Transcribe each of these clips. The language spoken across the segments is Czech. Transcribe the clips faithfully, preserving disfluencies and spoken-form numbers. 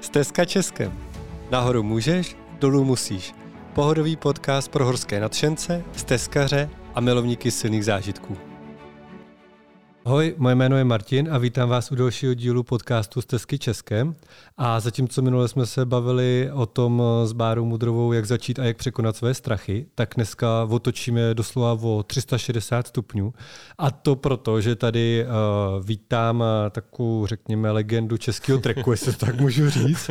Stezka Českem. Nahoru můžeš, dolů musíš. Pohodový podcast pro horské nadšence, stezkaře a milovníky silných zážitků. Ahoj, moje jméno je Martin a vítám vás u dalšího dílu podcastu Stezky Českem. A zatímco minule jsme se bavili o tom s Bárou Mudrovou, jak začít a jak překonat své strachy, tak dneska otočíme doslova o tři sta šedesát stupňů. A to proto, že tady uh, vítám uh, takovou, řekněme, legendu českého treku, jestli to tak můžu říct.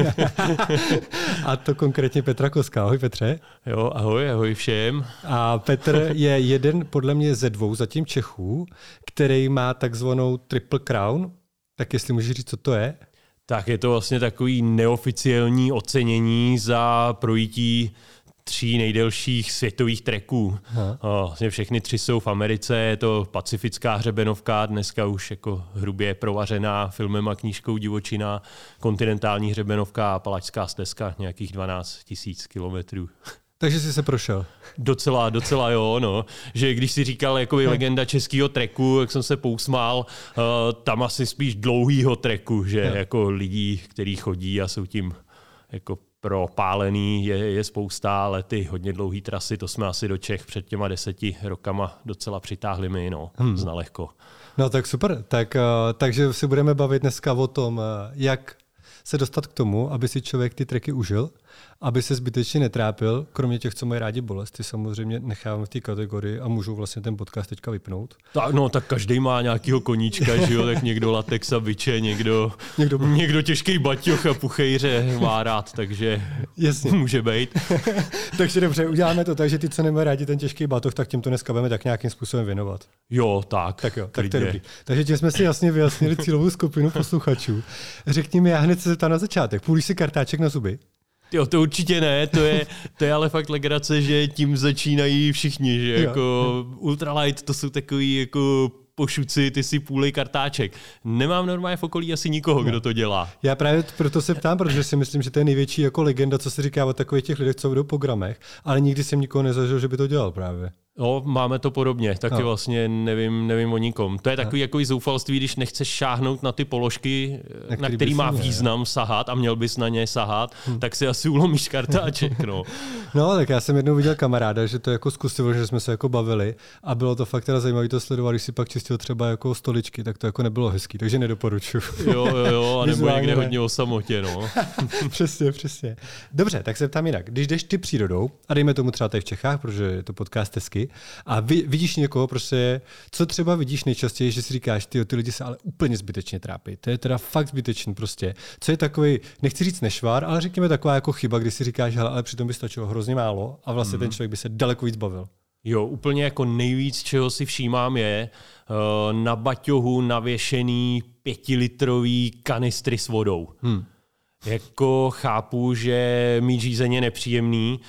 A to konkrétně Petra Koska. Ahoj Petře. Jo, ahoj, ahoj všem. A Petr je jeden podle mě ze dvou zatím Čechů, který má takzvanou Triple Crown. Tak jestli můžeš říct, co to je? Tak je to vlastně takový neoficiální ocenění za projití tří nejdelších světových treků. Vlastně všechny tři jsou v Americe, je to pacifická hřebenovka, dneska už jako hrubě provařená filmem a knížkou divočina, kontinentální hřebenovka a Apalačská stezka, nějakých dvanáct tisíc kilometrů. Takže jsi se prošel. Docela, docela jo, no. Že když si říkal jako legenda českého treku, jak jsem se pousmál, uh, tam asi spíš dlouhýho treku, že jo. Jako lidí, kteří chodí a jsou tím jako propálený, je, je spousta, ale ty hodně dlouhý trasy, to jsme asi do Čech před těma deseti rokama docela přitáhli my, no, hmm. znalehko. No tak super, tak, uh, takže si budeme bavit dneska o tom, uh, jak se dostat k tomu, aby si člověk ty treky užil, aby se zbytečně netrápil, kromě těch, co mají rádi bolest, ty samozřejmě nechávám v té kategorii a můžou vlastně ten podcast teďka vypnout. Tak, no, tak každý má nějakýho koníčka, že jo, tak někdo latex a biče, někdo, někdo, někdo těžký baťoch a puchejře má rád, takže jasně. Může být. Takže dobře, uděláme to tak, že ty, co nemají rádi ten těžký batoh, tak tím to dneska budeme tak nějakým způsobem věnovat. Jo, tak. Tak jo, tak to je dobrý. Takže tím jsme si jasně vyjasnili cílovou skupinu posluchačů. Řekni mi, já hned se zeptám na začátek. Půjdeš si kartáček na zuby? Jo, to určitě ne, to je, to je ale fakt legrace, že tím začínají všichni, že jako ultralight, to jsou takový jako pošuci, ty si půlej kartáček. Nemám normálně v okolí asi nikoho, no. Kdo to dělá. Já právě proto se ptám, protože si myslím, že to je největší jako legenda, co se říká o takových těch lidech, co jdou po gramech, ale nikdy jsem nikoho nezažil, že by to dělal právě. No, máme to podobně, taky no. Vlastně nevím, nevím o nikom. To je takový jako zoufalství, když nechceš šáhnout na ty položky, na který, na který má význam sahat a měl bys na ně sahat, hm. tak si asi ulomíš kartáček, no. No, tak já jsem jednou viděl kamaráda, že to jako zkusil, že jsme se jako bavili a bylo to fakt teda zajímavé to sledovat, když si pak čistil třeba jako stoličky, tak to jako nebylo hezký, takže nedoporučuju. Jo, jo, jo, a nebo někde hodně o samotě, no. Přesně, přesně. Dobře, tak se ptám jinak. Když jdeš ty přírodou, a dejme tomu třeba tady v Čechách, protože je to podcast Stezky, a vy, vidíš někoho, prostě, co třeba vidíš nejčastěji, že si říkáš, ty, ty lidi se ale úplně zbytečně trápí. To je teda fakt zbytečný prostě. Co je takový, nechci říct nešvar, ale řekněme taková jako chyba, kdy si říkáš, hele, ale přitom by stačilo hrozně málo a vlastně mm. ten člověk by se daleko víc bavil. Jo, úplně jako nejvíc, čeho si všímám, je uh, na baťohu navěšený pětilitrový kanistry s vodou. Hmm. Jako chápu, že mít řízení je nepříjemný,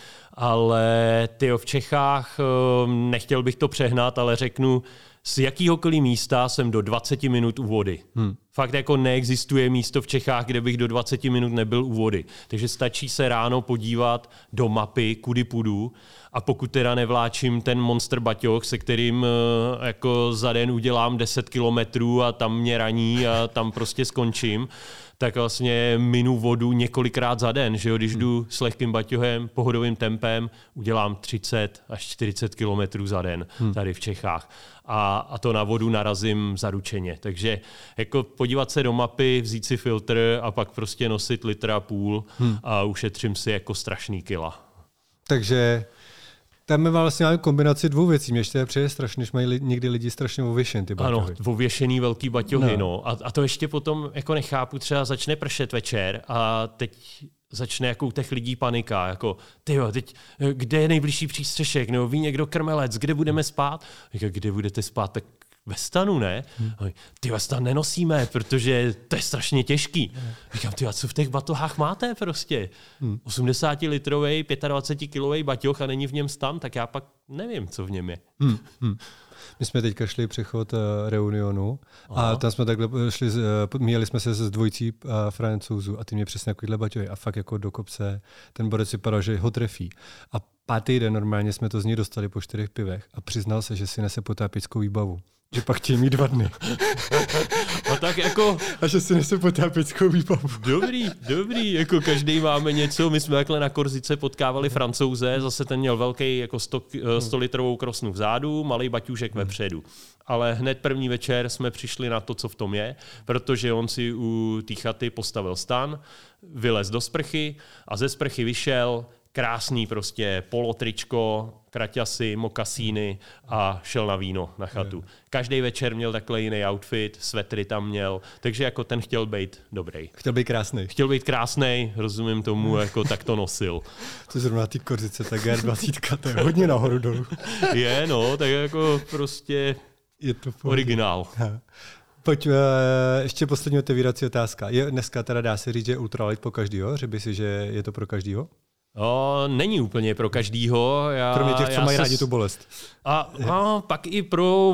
ale tyjo, v Čechách nechtěl bych to přehnat, ale řeknu, z jakýhokoliv místa jsem do dvacet minut u vody. Hmm. Fakt jako neexistuje místo v Čechách, kde bych do dvacet minut nebyl u vody. Takže stačí se ráno podívat do mapy, kudy půjdu, a pokud teda nevláčím ten monster baťoch, se kterým jako za den udělám deset kilometrů a tam mě raní a tam prostě skončím, tak vlastně minu vodu několikrát za den, že jo? Když jdu s lehkým baťohem, pohodovým tempem, udělám třicet až čtyřicet kilometrů za den tady v Čechách. A, a to na vodu narazím zaručeně. Takže jako podívat se do mapy, vzít si filtr a pak prostě nosit litr a půl hmm. a ušetřím si jako strašný kila. Takže tam my vlastně máme kombinaci dvou věcí. Mě ještě přijde strašně, že mají li, někdy lidi strašně ověšen ty baťohy. Ano, ověšený velký baťohy. No. No. A, a to ještě potom jako nechápu, třeba začne pršet večer a teď začne jako u těch lidí panika, jako tyjo, teď kde je nejbližší přístřešek, nebo ví někdo krmelec, kde budeme spát? Říká, kde budete spát, tak ve stanu, ne? Hmm. Ty ve stan nenosíme, protože to je strašně těžký. Říkám, ty a co v těch batohách máte prostě? Hmm. osmdesátalitrový, dvacetipětikilový baťoch a není v něm stan, tak já pak nevím, co v něm je. Hmm. Hmm. My jsme teďka šli přechod uh, Reunionu a tam jsme takhle šli, uh, míjeli jsme se s dvojicí uh, Francouzů a ty mě přesně takovýhle baťohy a fakt jako do kopce ten borec vypadal, že ho trefí. A pátý den normálně jsme to z něj dostali po čtyřech pivech a přiznal se, že si nese potápěčskou výbavu. Že pak chtějí mít dva dny. A tak jako... A že si nese potápěckou výbavu. Dobrý, dobrý, jako každý máme něco. My jsme takhle na Korzice potkávali Francouze, zase ten měl velký jako sto litrovou krosnu vzadu, malý baťůžek hmm. vepředu. Ale hned první večer jsme přišli na to, co v tom je, protože on si u té chaty postavil stan, vylez do sprchy a ze sprchy vyšel, krásný prostě polotričko, kraťasy, mokasíny a šel na víno na chatu. Každý večer měl takhle jiný outfit, svetry tam měl, takže jako ten chtěl být dobrý. Chtěl být krásný. Chtěl být krásný, rozumím tomu, jako tak to nosil. To zrovna ty Korzice, tak G dvacet, to je hodně nahoru dolů. Je, no, tak jako prostě je to originál. Ha. Pojď, uh, ještě poslední otevírací otázka. Je dneska teda dá se říct, že je ultralight po každýho? Řekl si, že je to pro každýho? O, není úplně pro každýho. Já, Kromě těch, co mají se... rádi tu bolest. A, a pak i pro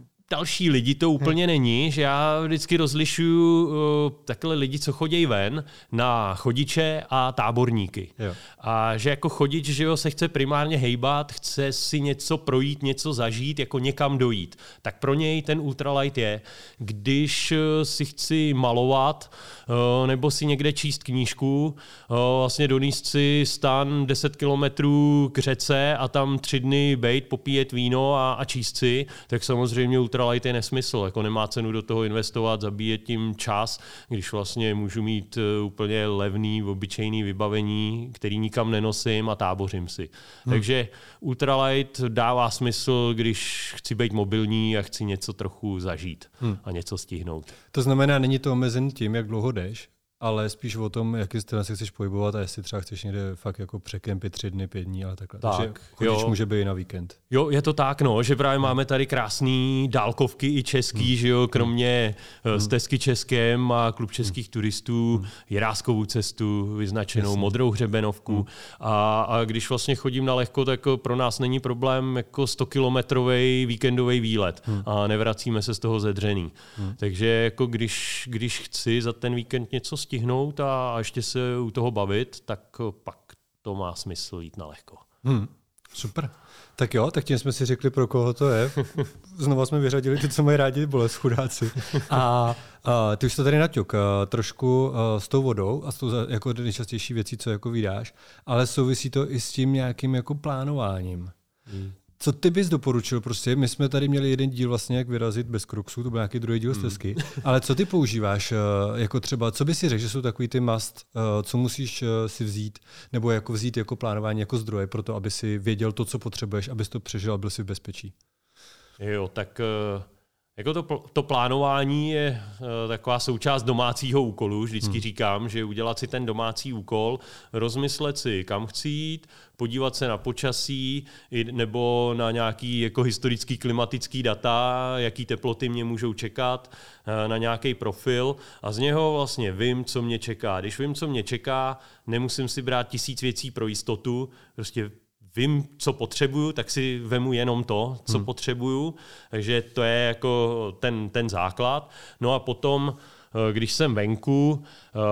další lidi to úplně hmm. není, že já vždycky rozlišuju uh, takhle lidi, co chodí ven, na chodiče a táborníky. Jo. A že jako chodič, že jo, se chce primárně hejbat, chce si něco projít, něco zažít, jako někam dojít. Tak pro něj ten ultralight je. Když uh, si chci malovat, uh, nebo si někde číst knížku, uh, vlastně donést si stan deset kilometrů k řece a tam tři dny bejt, popíjet víno a, a číst si, tak samozřejmě ultralight je nesmysl, jako nemá cenu do toho investovat, zabíjet tím čas, když vlastně můžu mít úplně levný, obyčejný vybavení, který nikam nenosím a tábořím si. Hmm. Takže ultralight dává smysl, když chci být mobilní a chci něco trochu zažít hmm. a něco stihnout. To znamená, není to omezen tím, jak dlouho jdeš, ale spíš o tom, jaký stylem se chceš pohybovat a jestli třeba chceš někde fakt jako překempit tři dny, pět dní, ale takhle. Tak, takže chodíš může být na víkend. Jo, je to tak, no, že právě máme tady krásný dálkovky i český, hmm. že jo, kromě hmm. stezky Českém a klub českých hmm. turistů, hmm. Jiráskovou cestu, vyznačenou Jasně. modrou hřebenovku. Hmm. A, a když vlastně chodím na lehko, tak pro nás není problém jako stokilometrový víkendový výlet hmm. a nevracíme se z toho zedřený. Hmm. Takže jako když, když chci za ten víkend něco stihnout a ještě se u toho bavit, tak pak to má smysl jít na lehko. Hmm. Super. Tak jo, tak tím jsme si řekli, pro koho to je. Znova jsme vyřadili ty, co mají rádi bolest, chudáci. A, a ty už to tady naťuk trošku a, s tou vodou a s tou jako nejčastější věcí, co jako vydáš, ale souvisí to i s tím nějakým jako plánováním. Hmm. Co ty bys doporučil? Prostě my jsme tady měli jeden díl vlastně, jak vyrazit bez kruxu, to byl nějaký druhý díl stezky, hmm. ale co ty používáš, jako třeba, co bys si řekl, že jsou takový ty must, co musíš si vzít, nebo jako vzít jako plánování, jako zdroje pro to, aby si věděl to, co potřebuješ, abys to přežil a byl si v bezpečí? Jo, tak jako to, to plánování je taková součást domácího úkolu. Vždycky hmm. říkám, že udělat si ten domácí úkol, rozmyslet si, kam chci jít, podívat se na počasí nebo na nějaký jako historický klimatický data, jaký teploty mě můžou čekat, na nějaký profil a z něho vlastně vím, co mě čeká. Když vím, co mě čeká, nemusím si brát tisíc věcí pro jistotu, prostě vím, co potřebuju, tak si vemu jenom to, co hmm. potřebuju. Takže to je jako ten, ten základ. No a potom, když jsem venku,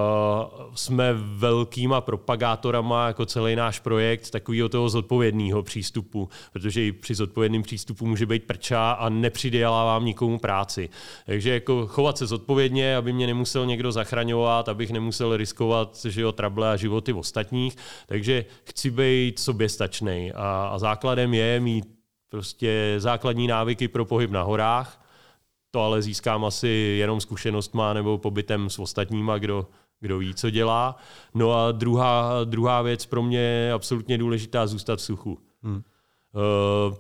jsme velkýma propagátorama, jako celý náš projekt, takového toho zodpovědného přístupu, protože i při zodpovědném přístupu může být prča a nepřidělávám nikomu práci. Takže jako chovat se zodpovědně, aby mě nemusel někdo zachraňovat, abych nemusel riskovat, že jo, trable a životy ostatních. Takže chci být soběstačnej a, a základem je mít prostě základní návyky pro pohyb na horách. To ale získám asi jenom zkušenostma nebo pobytem s ostatníma, kdo, kdo ví, co dělá. No a druhá, druhá věc pro mě je absolutně důležitá, zůstat v suchu. Hmm. Uh,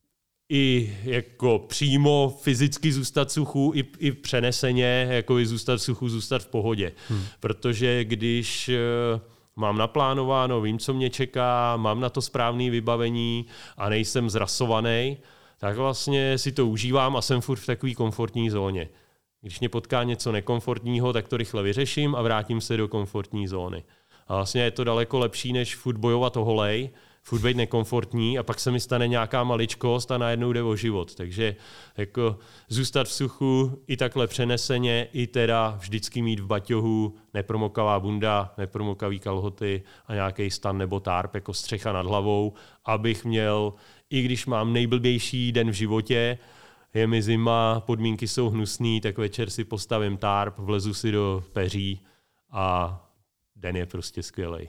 I jako přímo fyzicky zůstat v suchu, i, i přeneseně, jako i zůstat v suchu, zůstat v pohodě. Hmm. Protože když uh, mám naplánováno, vím, co mě čeká, mám na to správné vybavení a nejsem zrasovaný, tak vlastně si to užívám a jsem furt v takové komfortní zóně. Když mě potká něco nekomfortního, tak to rychle vyřeším a vrátím se do komfortní zóny. A vlastně je to daleko lepší, než furt bojovat o holej, furt být nekomfortní a pak se mi stane nějaká maličkost a najednou jde o život. Takže jako zůstat v suchu i takhle přeneseně, i teda vždycky mít v baťohu nepromokavá bunda, nepromokavý kalhoty a nějaký stan nebo tarp jako střecha nad hlavou, abych měl, i když mám nejblbější den v životě, je mi zima, podmínky jsou hnusný, tak večer si postavím tarp, vlezu si do peří a den je prostě skvělej.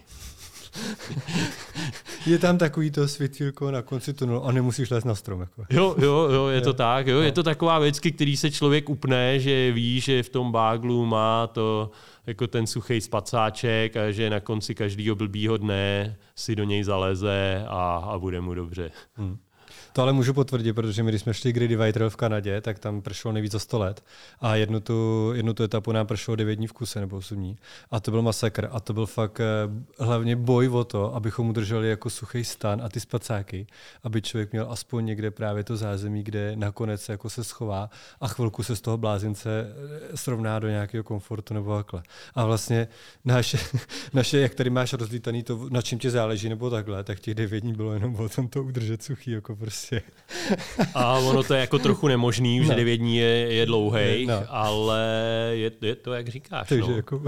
Je tam takový to světýlko na konci tunelu a nemusíš lézt na strom. Jako. Jo, jo, jo, je to tak. Jo. Je to taková věc, který se člověk upne, že ví, že v tom báglu má to jako ten suchý spacáček a že na konci každého blbýho dne si do něj zaleze a, a bude mu dobře. Hmm. To ale můžu potvrdit, protože my, když jsme šli Great Divider v Kanadě, tak tam pršelo nejvíc za sto let a jednu tu, jednu tu etapu nám pršelo devět dní v kuse nebo osm dní. A to byl masakr a to byl fakt hlavně boj o to, abychom udrželi jako suchý stan a ty spacáky, aby člověk měl aspoň někde právě to zázemí, kde nakonec se jako se schová a chvilku se z toho blázince srovná do nějakého komfortu nebo takhle. A vlastně naše, naše jak tady máš rozlítaný to, na čem ti záleží nebo takhle, tak těch devět dní bylo jenom o tom to udržet suchý, jako prostě. A ono to je jako trochu nemožný, no. že devět dní je, je dlouhej, no. ale je, je to, jak říkáš. Takže no. jako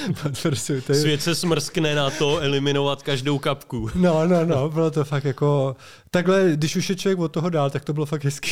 Svět se smrskne na to eliminovat každou kapku. No, no, no, bylo to fakt jako... Takhle, když už je člověk od toho dál, tak to bylo fakt hezký.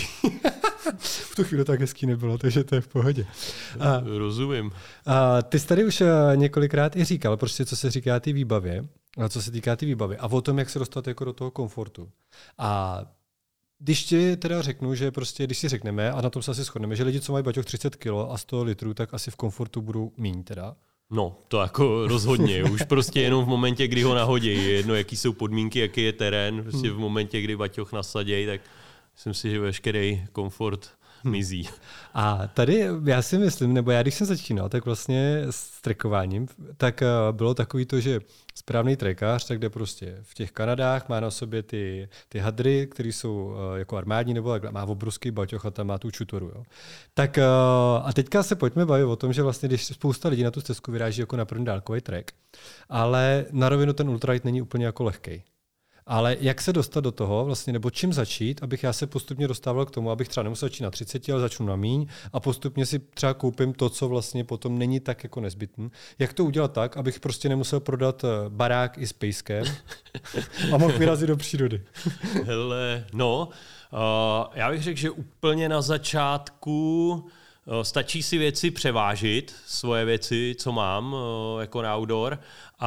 V tu chvíli tak hezký nebylo, takže to je v pohodě. A, Rozumím. A ty jsi tady už několikrát i říkal, prostě co se říká ty výbavě, a co se týká ty výbavy a o tom, jak se dostat jako do toho komfortu. A když ti teda řeknu, že prostě, když si řekneme, a na tom se asi shodneme, že lidi, co mají baťoch třicet kilo a sto litrů, tak asi v komfortu budou míň teda. No, to jako rozhodně. Už prostě jenom v momentě, kdy ho nahodí. Jedno, jaký jsou podmínky, jaký je terén. Prostě v momentě, kdy baťoch nasadějí, tak myslím si, že veškerý komfort mizí. A tady já si myslím, nebo já když jsem začínal, tak vlastně s trekováním, tak bylo takový to, že správný trekář, tak jde prostě v těch Kanadách, má na sobě ty, ty hadry, které jsou jako armádní, nebo má obrovský baťoch a tam má tu čutoru. Jo. Tak a teďka se pojďme bavit o tom, že vlastně když spousta lidí na tu stezku vyráží jako na první dálkový trek, ale na rovinu ten ultralight není úplně jako lehkej. Ale jak se dostat do toho, vlastně, nebo čím začít, abych já se postupně dostával k tomu, abych třeba nemusel začít na třiceti, ale začnu na míň a postupně si třeba koupím to, co vlastně potom není tak jako nezbytné. Jak to udělat tak, abych prostě nemusel prodat barák i s pejskem a mohl vyrazit do přírody? Hele, no, uh, já bych řekl, že úplně na začátku uh, stačí si věci převážit, svoje věci, co mám uh, jako na outdoor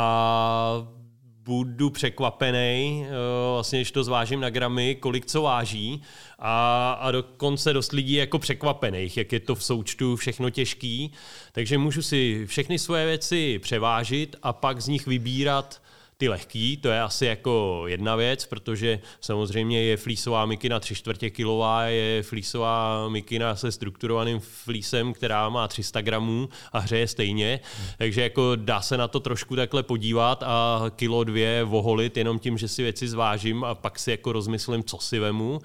a budu překvapený, vlastně, když to zvážím na gramy, kolik co váží a, a dokonce dost lidí jako překvapených, jak je to v součtu všechno těžký. Takže můžu si všechny svoje věci převážit a pak z nich vybírat ty lehký, to je asi jako jedna věc, protože samozřejmě je flísová mikina tři čtvrtě kilová, je flísová mikina se strukturovaným flísem, která má tři sta gramů a hřeje stejně, hmm. takže jako dá se na to trošku takhle podívat a kilo dvě voholit jenom tím, že si věci zvážím a pak si jako rozmyslím, co si vemu.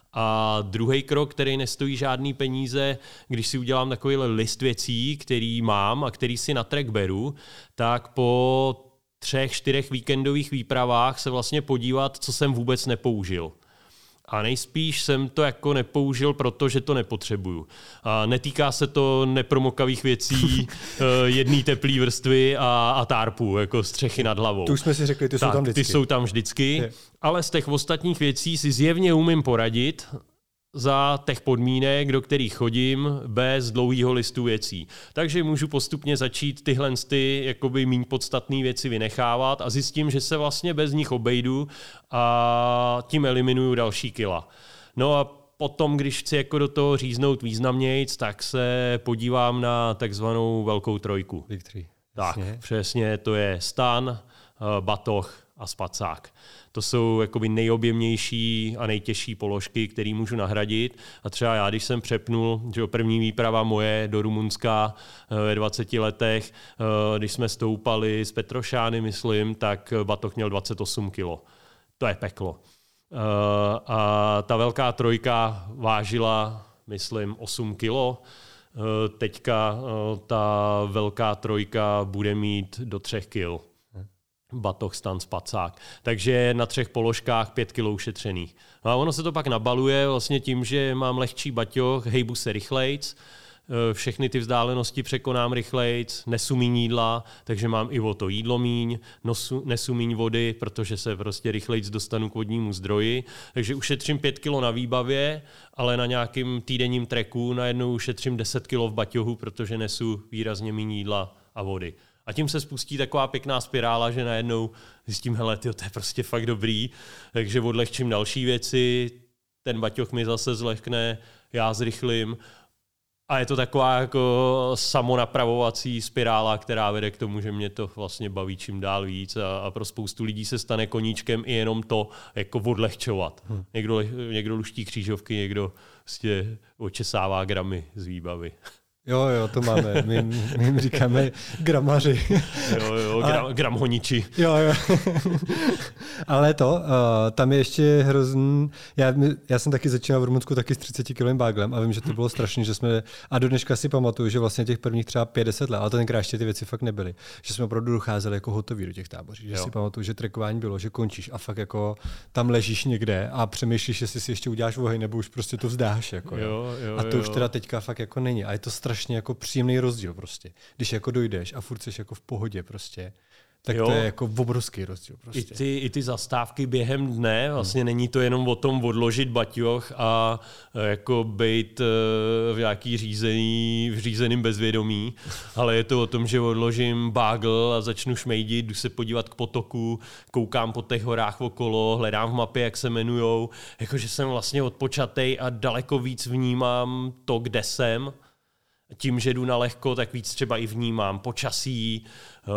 A druhý krok, který nestojí žádný peníze, když si udělám takovýhle list věcí, který mám a který si na trek beru, tak po třech, čtyřech víkendových výpravách se vlastně podívat, co jsem vůbec nepoužil. A nejspíš jsem to jako nepoužil, protože to nepotřebuju. A netýká se to nepromokavých věcí, jedné teplé vrstvy a, a tárpu, jako střechy nad hlavou. Tu už jsme si řekli, ty tak, jsou tam vždycky. Ty jsou tam vždycky, je. Ale z těch ostatních věcí si zjevně umím poradit za těch podmínek, do kterých chodím, bez dlouhého listu věcí. Takže můžu postupně začít tyhle ty jakoby míň podstatné věci vynechávat a zjistím, že se vlastně bez nich obejdu a tím eliminuju další kila. No a potom, když chci jako do toho říznout významnějc, tak se podívám na takzvanou velkou trojku. Big three. Tak, jasně. Přesně, to je stan, batoh a spacák. To jsou jakoby nejobjemnější a nejtěžší položky, které můžu nahradit. A třeba já, když jsem přepnul, že první výprava moje do Rumunska ve dvaceti letech, když jsme stoupali z Petrošány, myslím, tak batoh měl dvacet osm kilo. To je peklo. A ta velká trojka vážila, myslím, osm kilo. Teďka ta velká trojka bude mít do třech kil. Batoh, stan, spacák. Takže na třech položkách pět kilo ušetřených. No a ono se to pak nabaluje vlastně tím, že mám lehčí baťoh, hejbu se rychlejc, všechny ty vzdálenosti překonám rychlejc, nesu míň jídla, takže mám i o to jídlo míň, nosu, nesu míň vody, protože se prostě rychlejc dostanu k vodnímu zdroji, takže ušetřím pět kilo na výbavě, ale na nějakým týdenním treku najednou ušetřím deset kilo v baťohu, protože nesu výrazně míň jídla a vody. A tím se spustí taková pěkná spirála, že najednou zjistím, hele, tyjo, to je prostě fakt dobrý, takže odlehčím další věci, ten baťoh mi zase zlehkne, já zrychlím. A je to taková jako samonapravovací spirála, která vede k tomu, že mě to vlastně baví čím dál víc a, a pro spoustu lidí se stane koníčkem i jenom to jako odlehčovat. Hmm. Někdo, někdo luští křížovky, někdo prostě očesává gramy z výbavy. Jo, jo, to máme. My, my jim říkáme gramaři. Jo, jo, gram, a... gramhoniči. Jo, jo. Ale to, uh, tam je ještě hrozný. Já, já jsem taky začínal v Rumunsku taky s třiceti kilovým báglem a vím, že to bylo strašný, že jsme, a do dneška si pamatuju, že vlastně těch prvních třeba padesát let, ale tenkrát ještě ty věci fakt nebyly, že jsme opravdu docházeli jako hotoví do těch táboří. Že jo. Si pamatuju, že trekování bylo, že končíš a fakt jako tam ležíš někde a přemýšlíš, jestli si ještě uděláš oheň nebo už prostě to vzdáš. Jako, jo, jo, a to jo. Už teda teďka fakt jako není. A je to strašný jako příjemný rozdíl prostě. Když jako dojdeš a furt jsi jako v pohodě prostě, tak jo. To je jako obrovský rozdíl prostě. I ty, i ty zastávky během dne, vlastně hmm. není to jenom o tom odložit baťoch a jako bejt v nějaký řízený, v řízeným bezvědomí, ale je to o tom, že odložím bágl a začnu šmejdit, jdu se podívat k potoku, koukám po těch horách okolo, hledám v mapě, jak se jmenujou, jakože jsem vlastně odpočatej a daleko víc vnímám to, kde jsem. Tím, že jdu na lehko, tak víc třeba i vnímám počasí uh,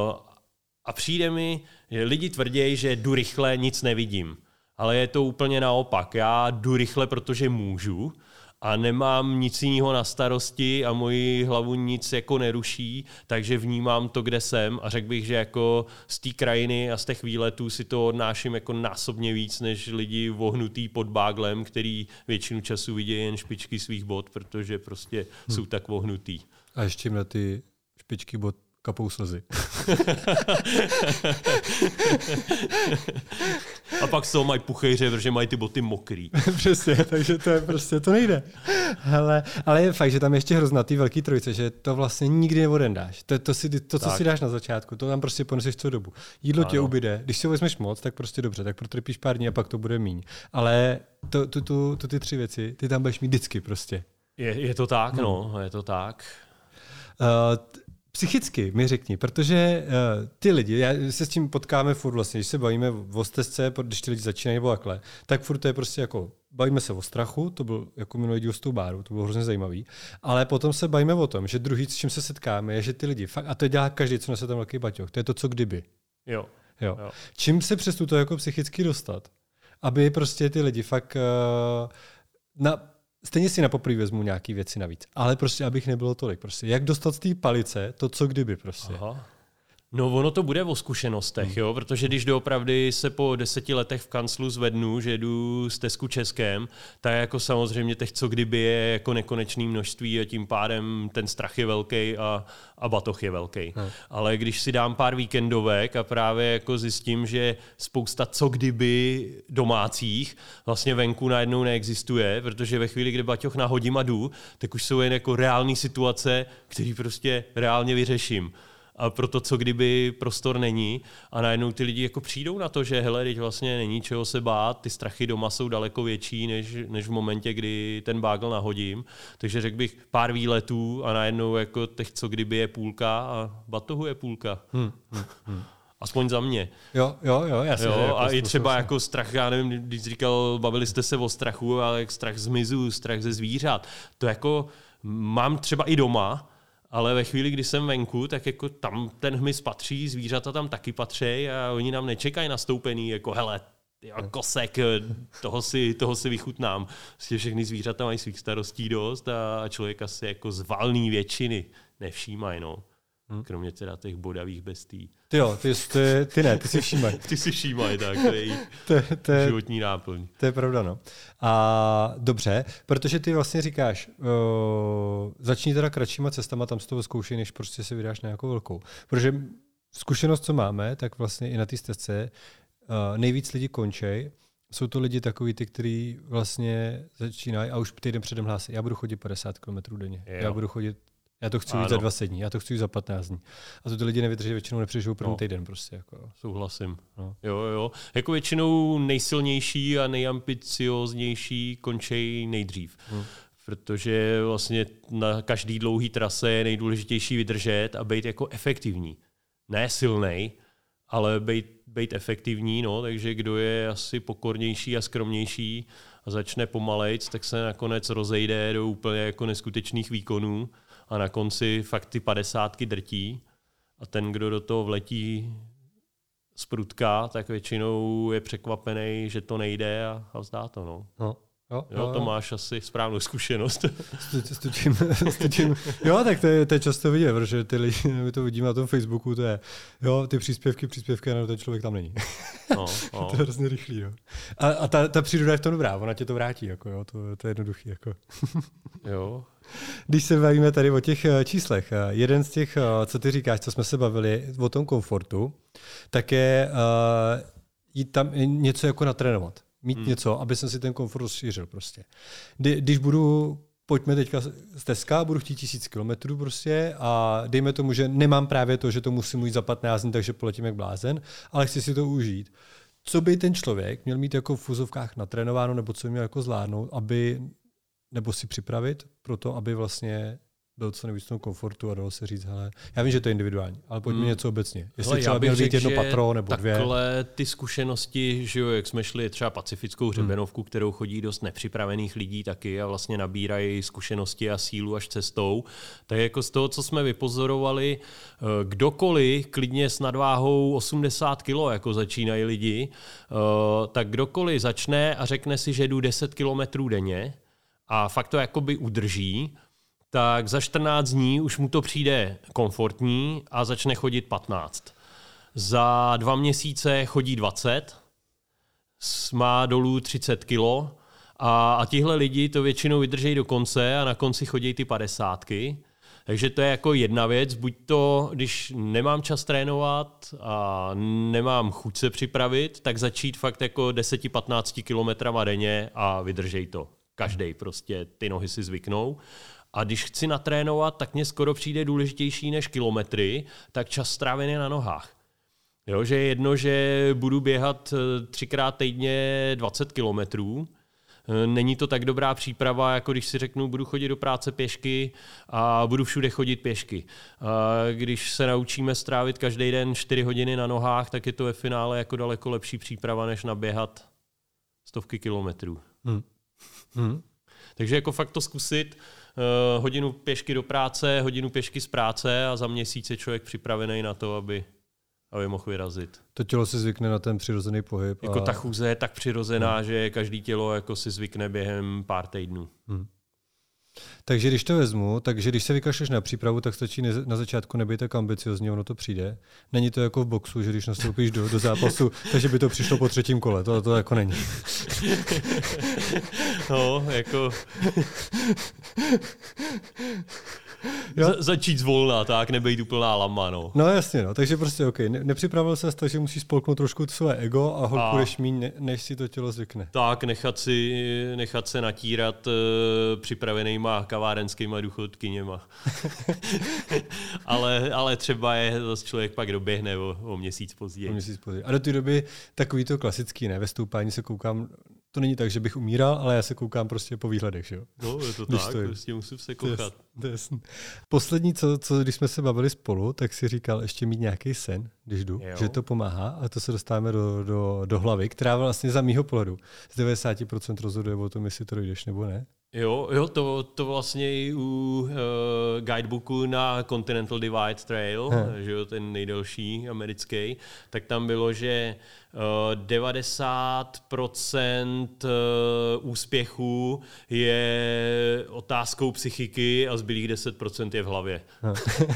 a přijde mi, že lidi tvrdí, že jdu rychle, nic nevidím. Ale je to úplně naopak. Já jdu rychle, protože můžu a nemám nic jiného na starosti a moji hlavu nic jako neruší, takže vnímám to, kde jsem a řekl bych, že jako z té krajiny a z těch výletů si to odnáším jako násobně víc, než lidi vohnutý pod báglem, který většinu času vidí jen špičky svých bot, protože prostě hmm. jsou tak vohnutý. A ještě na ty špičky bot kapou slzy. A pak z toho mají puchejře, protože mají ty boty mokrý. Přesně, takže to je prostě, to nejde. Hele, ale je fakt, že tam ještě hrozná ty velký trojice, že to vlastně nikdy neodendáš. To, to, si, to co tak. Si dáš na začátku, to tam prostě poneseš celou dobu. Jídlo ano. Tě ubyde, když si ho vezmeš moc, tak prostě dobře, tak protrpíš pár dní a pak to bude míň. Ale to, to, to, to ty tři věci, ty tam budeš mít vždycky prostě. Je, je to tak, hmm. no, je to tak. Uh, t- Psychicky mi řekni, protože uh, ty lidi, já se s tím potkáme furt vlastně, když se bavíme o stezce, když ty lidi začínají nebo takhle, tak furt to je prostě jako, bavíme se o strachu, to byl jako minulý díl s tou báru, to bylo hrozně zajímavý, ale potom se bavíme o tom, že druhý, s čím se setkáme, je, že ty lidi, fakt, a to dělá každý, co nese ten velký baťoch, to je to, co kdyby. Jo. Jo. jo. Čím se přes to jako psychicky dostat, aby prostě ty lidi fakt uh, na stejně si na poprvé vezmu nějaký věci navíc, ale prostě abych nebylo tolik. Prostě. Jak dostat z té palice to, co kdyby prostě. Aha. No ono to bude o zkušenostech, hmm. jo, protože když doopravdy se po deseti letech v kanclu zvednu, že jdu stezku Českém, tak jako samozřejmě těch co kdyby je jako nekonečné množství a tím pádem ten strach je velký a, a batoh je velký. Hmm. Ale když si dám pár víkendovek a právě jako zjistím, že spousta co kdyby domácích vlastně venku najednou neexistuje, protože ve chvíli, kdy baťoch nahodím a jdu, tak už jsou jen jako reální situace, které prostě reálně vyřeším. A proto, co kdyby prostor není a najednou ty lidi jako přijdou na to, že hele, teď vlastně není čeho se bát, ty strachy doma jsou daleko větší, než, než v momentě, kdy ten bágl nahodím. Takže řekl bych pár výletů a najednou jako těch, co kdyby je půlka a batohu je půlka. Hmm, hmm, hmm. Aspoň za mě. Jo, jo, jo, já jo jako a i třeba jako strach, já nevím, když říkal, bavili jste se o strachu, ale strach z mizu, strach ze zvířat. To jako mám třeba i doma, ale ve chvíli, kdy jsem venku, tak jako tam ten hmyz patří, zvířata tam taky patří a oni nám nečekají nastoupený, jako hele, jo, kosek, toho si, toho si vychutnám. Vlastně všechny zvířata mají svých starostí dost a člověk asi jako z valný většiny nevšímají, no. Hmm. Kromě teda těch bodavých bestí. Ty jo, ty, ty, ty ne, ty si všímají. Ty si všímají, tak, to je jejich životní náplň. To je pravda, no. A dobře, protože ty vlastně říkáš, uh, začni teda kratšíma cestama, tam z toho zkoušej, než prostě se vydáš na nějakou velkou. Protože zkušenost, co máme, tak vlastně i na té stezce uh, nejvíc lidi končej jsou to lidi takový ty, kteří vlastně začínají a už týden předem hlásí, já budu chodit padesát kilometrů denně, jo. já budu chodit, já to chci jít za dvacet dní, já to chci jít za patnáct dní. A to ty lidi nevydrží, většinou nepřežijou první no. týden prostě. Jako. Souhlasím. No. Jo, jo. Jako většinou nejsilnější a nejambicioznější končí nejdřív. Hmm. Protože vlastně na každý dlouhý trase je nejdůležitější vydržet a být jako efektivní. Ne silnej, ale být, být efektivní, no, takže kdo je asi pokornější a skromnější a začne pomalejc, tak se nakonec rozejde do úplně jako neskutečných výkonů a na konci fakt ty padesátky drtí a ten, kdo do toho vletí z prudka, tak většinou je překvapený, že to nejde a, a vzdá to, no. no. Jo, jo, jo, to máš asi správnou zkušenost. Stučím, stučím. Jo, tak to je, to je často vidět, protože ty lidi, my to vidíme na tom Facebooku, to je, jo, ty příspěvky, příspěvky, no, ten člověk tam není. No, no. To je hrozně rychlý, jo. A, a ta, ta příroda je v tom dobrá, ona tě to vrátí, jako, jo, to, to je jednoduchý, jako. Jo. Když se bavíme tady o těch číslech, jeden z těch, co ty říkáš, co jsme se bavili o tom komfortu, tak je uh, jít tam něco jako natrénovat. Mít hmm. něco, aby jsem si ten komfort rozšířil prostě. Kdy, když budu, pojďme teďka z Teska, budu chtít tisíc kilometrů prostě a dejme tomu, že nemám právě to, že to musím jít za patnáct dní, takže poletím jak blázen, ale chci si to užít. Co by ten člověk měl mít jako v úzovkách natrénováno, nebo co by měl jako zvládnout, aby, nebo si připravit pro to, aby vlastně byl co nejvíc v tom komfortu a dalo se říct, hele, já vím, že to je individuální, ale pojďme hmm. něco obecně. Jestli hele, třeba měl být jedno patro nebo dvě. Takhle ty zkušenosti, že jo, jak jsme šli třeba pacifickou hřebenovku, hmm. kterou chodí dost nepřipravených lidí taky a vlastně nabírají zkušenosti a sílu až cestou, tak jako z toho, co jsme vypozorovali, kdokoliv klidně s nadváhou osmdesát kilo, jako začínají lidi, tak kdokoliv začne a řekne si, že jdu deset kilometrů denně a fakt to jakoby udrží, tak za čtrnáct dní už mu to přijde komfortní a začne chodit patnáct. Za dva měsíce chodí dvacet, má dolů třicet kilo a, a tihle lidi to většinou vydržejí do konce a na konci chodí ty padesátky. Takže to je jako jedna věc, buď to, když nemám čas trénovat a nemám chuť se připravit, tak začít fakt jako deset až patnáct kilometrama denně a vydržej to. Každej prostě ty nohy si zvyknou. A když chci natrénovat, tak mně skoro přijde důležitější než kilometry, tak čas strávený na nohách. Jo, že je jedno, že budu běhat třikrát týdně dvacet kilometrů. Není to tak dobrá příprava, jako když si řeknu, budu chodit do práce pěšky a budu všude chodit pěšky. A když se naučíme strávit každý den čtyři hodiny na nohách, tak je to ve finále jako daleko lepší příprava, než naběhat stovky kilometrů. Hmm. Hmm. Takže jako fakt to zkusit, uh, hodinu pěšky do práce, hodinu pěšky z práce a za měsíc je člověk připravený na to, aby, aby mohl vyrazit. To tělo si zvykne na ten přirozený pohyb. Jako a... ta chůze je tak přirozená, hmm. že každý tělo jako si zvykne během pár týdnů. Hmm. Takže když to vezmu, takže když se vykašleš na přípravu, tak stačí na začátku nebejt tak ambiciozní, ono to přijde. Není to jako v boxu, že když nastoupíš do, do zápasu, takže by to přišlo po třetím kole. To, to jako není. No, jako... Za, začít zvolna, tak nebejt úplná lama, no. No jasně, no. Takže prostě OK, ne, nepřipravil se tak, že musíš spolknout trošku své ego a holt půjdeš míň, ne, než si to tělo zvykne. Tak, nechat, si, nechat se natírat uh, připravenýma kavárenskýma důchodkyněma. ale, ale třeba je zase člověk pak doběhne o, o měsíc později. O měsíc později. A do té doby takový to klasický, ne? Ve stoupání se koukám, to není tak, že bych umíral, ale já se koukám prostě po výhledech, že jo? No, je to když tak, prostě musím se koukat. To je, to je poslední, co, co, když jsme se bavili spolu, tak si říkal ještě mít nějaký sen, když jdu, jo. Že to pomáhá, a to se dostáváme do, do, do hlavy, která vlastně za mýho pohledu z devadesát procent rozhoduje o tom, jestli to dojdeš nebo ne. Jo, jo, to, to vlastně i u uh, guidebooku na Continental Divide Trail, hmm. že jo, ten nejdelší americký, tak tam bylo, že uh, devadesát procent uh, úspěchu je otázkou psychiky a zbylých deset procent je v hlavě. Hmm.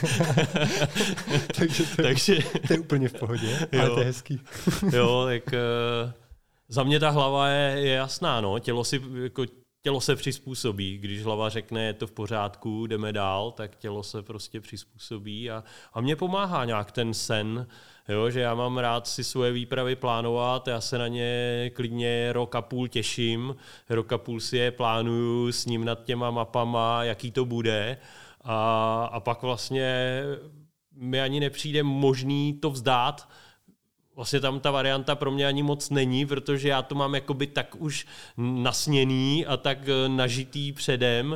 Takže, to, Takže to je úplně v pohodě, ale to je hezký. Jo, tak uh, za mě ta hlava je, je jasná, no, tělo si jako tělo se přizpůsobí. Když hlava řekne, je to v pořádku, jdeme dál, tak tělo se prostě přizpůsobí a, a mě pomáhá nějak ten sen, jo, že já mám rád si svoje výpravy plánovat, já se na ně klidně rok a půl těším, rok a půl si je plánuju s ním nad těma mapama, jaký to bude a, a pak vlastně mi ani nepřijde možný to vzdát. Vlastně tam ta varianta pro mě ani moc není, protože já to mám jakoby tak už nasněný a tak nažitý předem,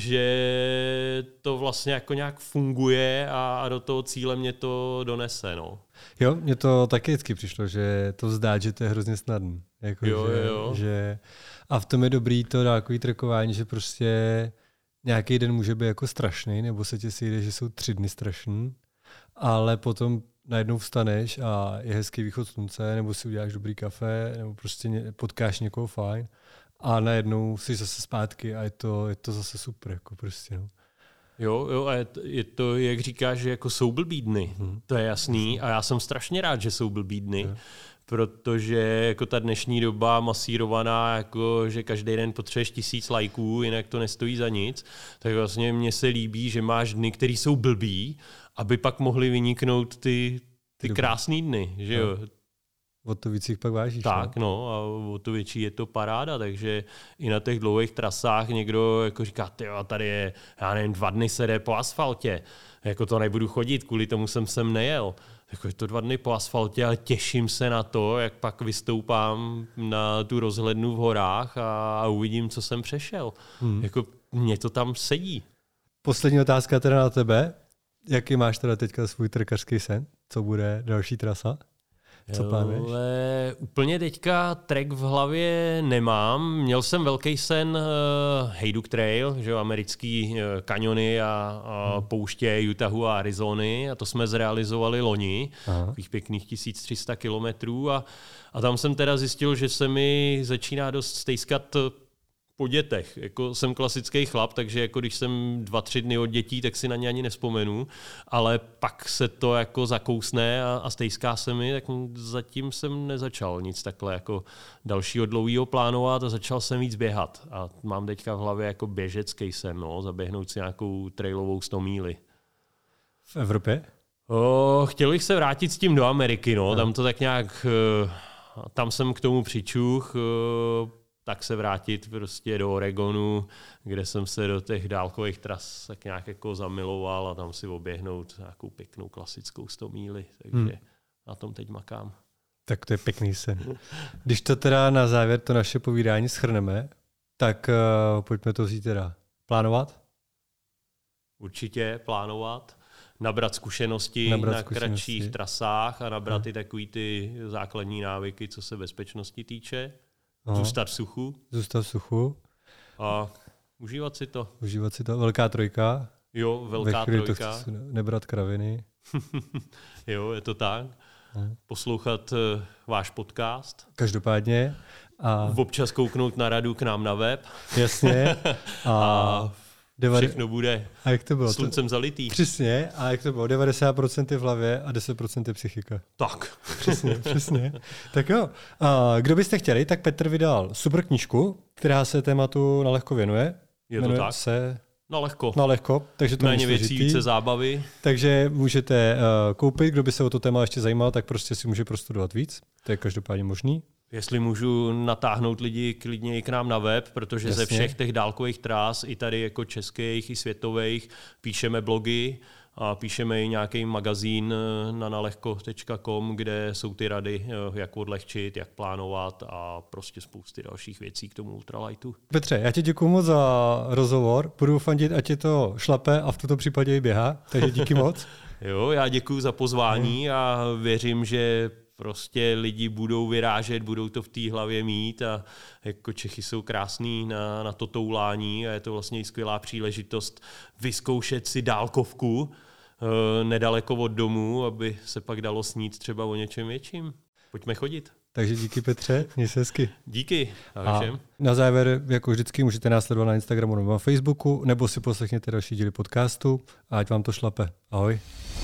že to vlastně jako nějak funguje a, a do toho cíle mě to donese. No. Jo, mně to taky vždycky přišlo, že to vzdát, že to je hrozně snadné. Jako, jo, že, jo. Že, a v tom je dobrý to dálkový trekování, že prostě nějaký den může být jako strašný, nebo se ti si jde, že jsou tři dny strašný, ale potom najednou vstaneš a je hezký východ slunce, nebo si uděláš dobrý kafe, nebo prostě potkáš někoho fajn a najednou jsi zase zpátky a je to, je to zase super. Jako prostě, no. Jo, jo, a je to, je to, jak říkáš, že jako jsou blbý dny, hmm. to je jasný a já jsem strašně rád, že jsou blbý dny, hmm. protože jako ta dnešní doba masírovaná, jako že každý den potřebuješ tisíc lajků, jinak to nestojí za nic, tak vlastně mně se líbí, že máš dny, které jsou blbý, aby pak mohly vyniknout ty, ty krásný dny, že jo. O to víc jich pak vážíš. Tak, ne? no, a o to větší je to paráda, takže i na těch dlouhých trasách někdo jako říká, tyjo, tady je, já nevím, dva dny se jde po asfaltě, jako to nebudu chodit, kvůli tomu jsem sem nejel. Jako je to dva dny po asfaltě, ale těším se na to, jak pak vystoupám na tu rozhlednu v horách a, a uvidím, co jsem přešel. Hmm. Jako mě to tam sedí. Poslední otázka teda na tebe. Jaký máš teda teďka svůj trekařský sen? Co bude další trasa? Co plánuješ? Ale úplně teďka track v hlavě nemám. Měl jsem velký sen uh, Haydock Trail, že jo, americký uh, kaniony a, a hmm. pouště Utahu a Arizony a to jsme zrealizovali loni, takových pěkných tisíc tři sta kilometrů a, a tam jsem teda zjistil, že se mi začíná dost stejskat po dětech. Jako jsem klasický chlap, takže jako když jsem dva, tři dny od dětí, tak si na ně ani nevzpomenu, ale pak se to jako zakousne a, a stejská se mi, tak zatím jsem nezačal nic takhle jako dalšího dlouhého plánovat a začal jsem víc běhat. A mám teďka v hlavě jako běžecký sen, no, zaběhnout si nějakou trailovou sto míli. V Evropě? O, chtěl bych se vrátit s tím do Ameriky, no, tam to tak nějak, tam jsem k tomu přičuch, tak se vrátit prostě do Oregonu, kde jsem se do těch dálkových tras tak nějak jako zamiloval a tam si oběhnout nějakou pěknou klasickou sto míli, takže hmm. na tom teď makám. Tak to je pěkný sen. Když to teda na závěr to naše povídání shrneme, tak uh, pojďme to vzít teda plánovat? Určitě plánovat, nabrat zkušenosti nabrat na zkušenosti. Kratších trasách a nabrat hmm. i takový ty základní návyky, co se bezpečnosti týče. Aha. Zůstat v suchu. Zůstat v suchu. A užívat si to. Užívat si to. Velká trojka. Jo, velká Ve trojka. To chci nebrat kraviny. Jo, je to tak. Aha. Poslouchat uh, váš podcast. Každopádně. A občas kouknout na radu k nám na web. Jasně. A, a devade... všechno bude a jak to bylo? sluncem zalitý. Přesně. A jak to bylo? devadesát procent je v hlavě a deset procent je psychika. Tak. Přesně, přesně. Tak jo. A kdo byste chtěli, tak Petr vydal super knížku, která se tématu na lehko věnuje. Je to Jmenuje tak? Se... Na lehko. Na lehko. Takže to méně věcí, více zábavy. Takže můžete uh, koupit, kdo by se o to téma ještě zajímal, tak prostě si může prostudovat víc. To je každopádně možný. Jestli můžu natáhnout lidi klidně i k nám na web, protože Jasně. ze všech těch dálkových trás, i tady jako českých, i světových, píšeme blogy a píšeme i nějaký magazín na nalehko tečka com, kde jsou ty rady, jak odlehčit, jak plánovat a prostě spousty dalších věcí k tomu ultralightu. Petře, já ti děkuju moc za rozhovor. Budu fandit, ať je to šlape a v tomto případě i běhá, takže díky moc. Jo, já děkuju za pozvání a věřím, že prostě lidi budou vyrážet, budou to v té hlavě mít a jako Čechy jsou krásný na, na to toulání a je to vlastně skvělá příležitost vyzkoušet si dálkovku e, nedaleko od domu, aby se pak dalo snít třeba o něčem větším. Pojďme chodit. Takže díky Petře, měj se hezky. Díky. A všem. Na závěr, jako vždycky, můžete nás sledovat na Instagramu nebo na Facebooku, nebo si poslechněte další díly podcastu a ať vám to šlape. Ahoj.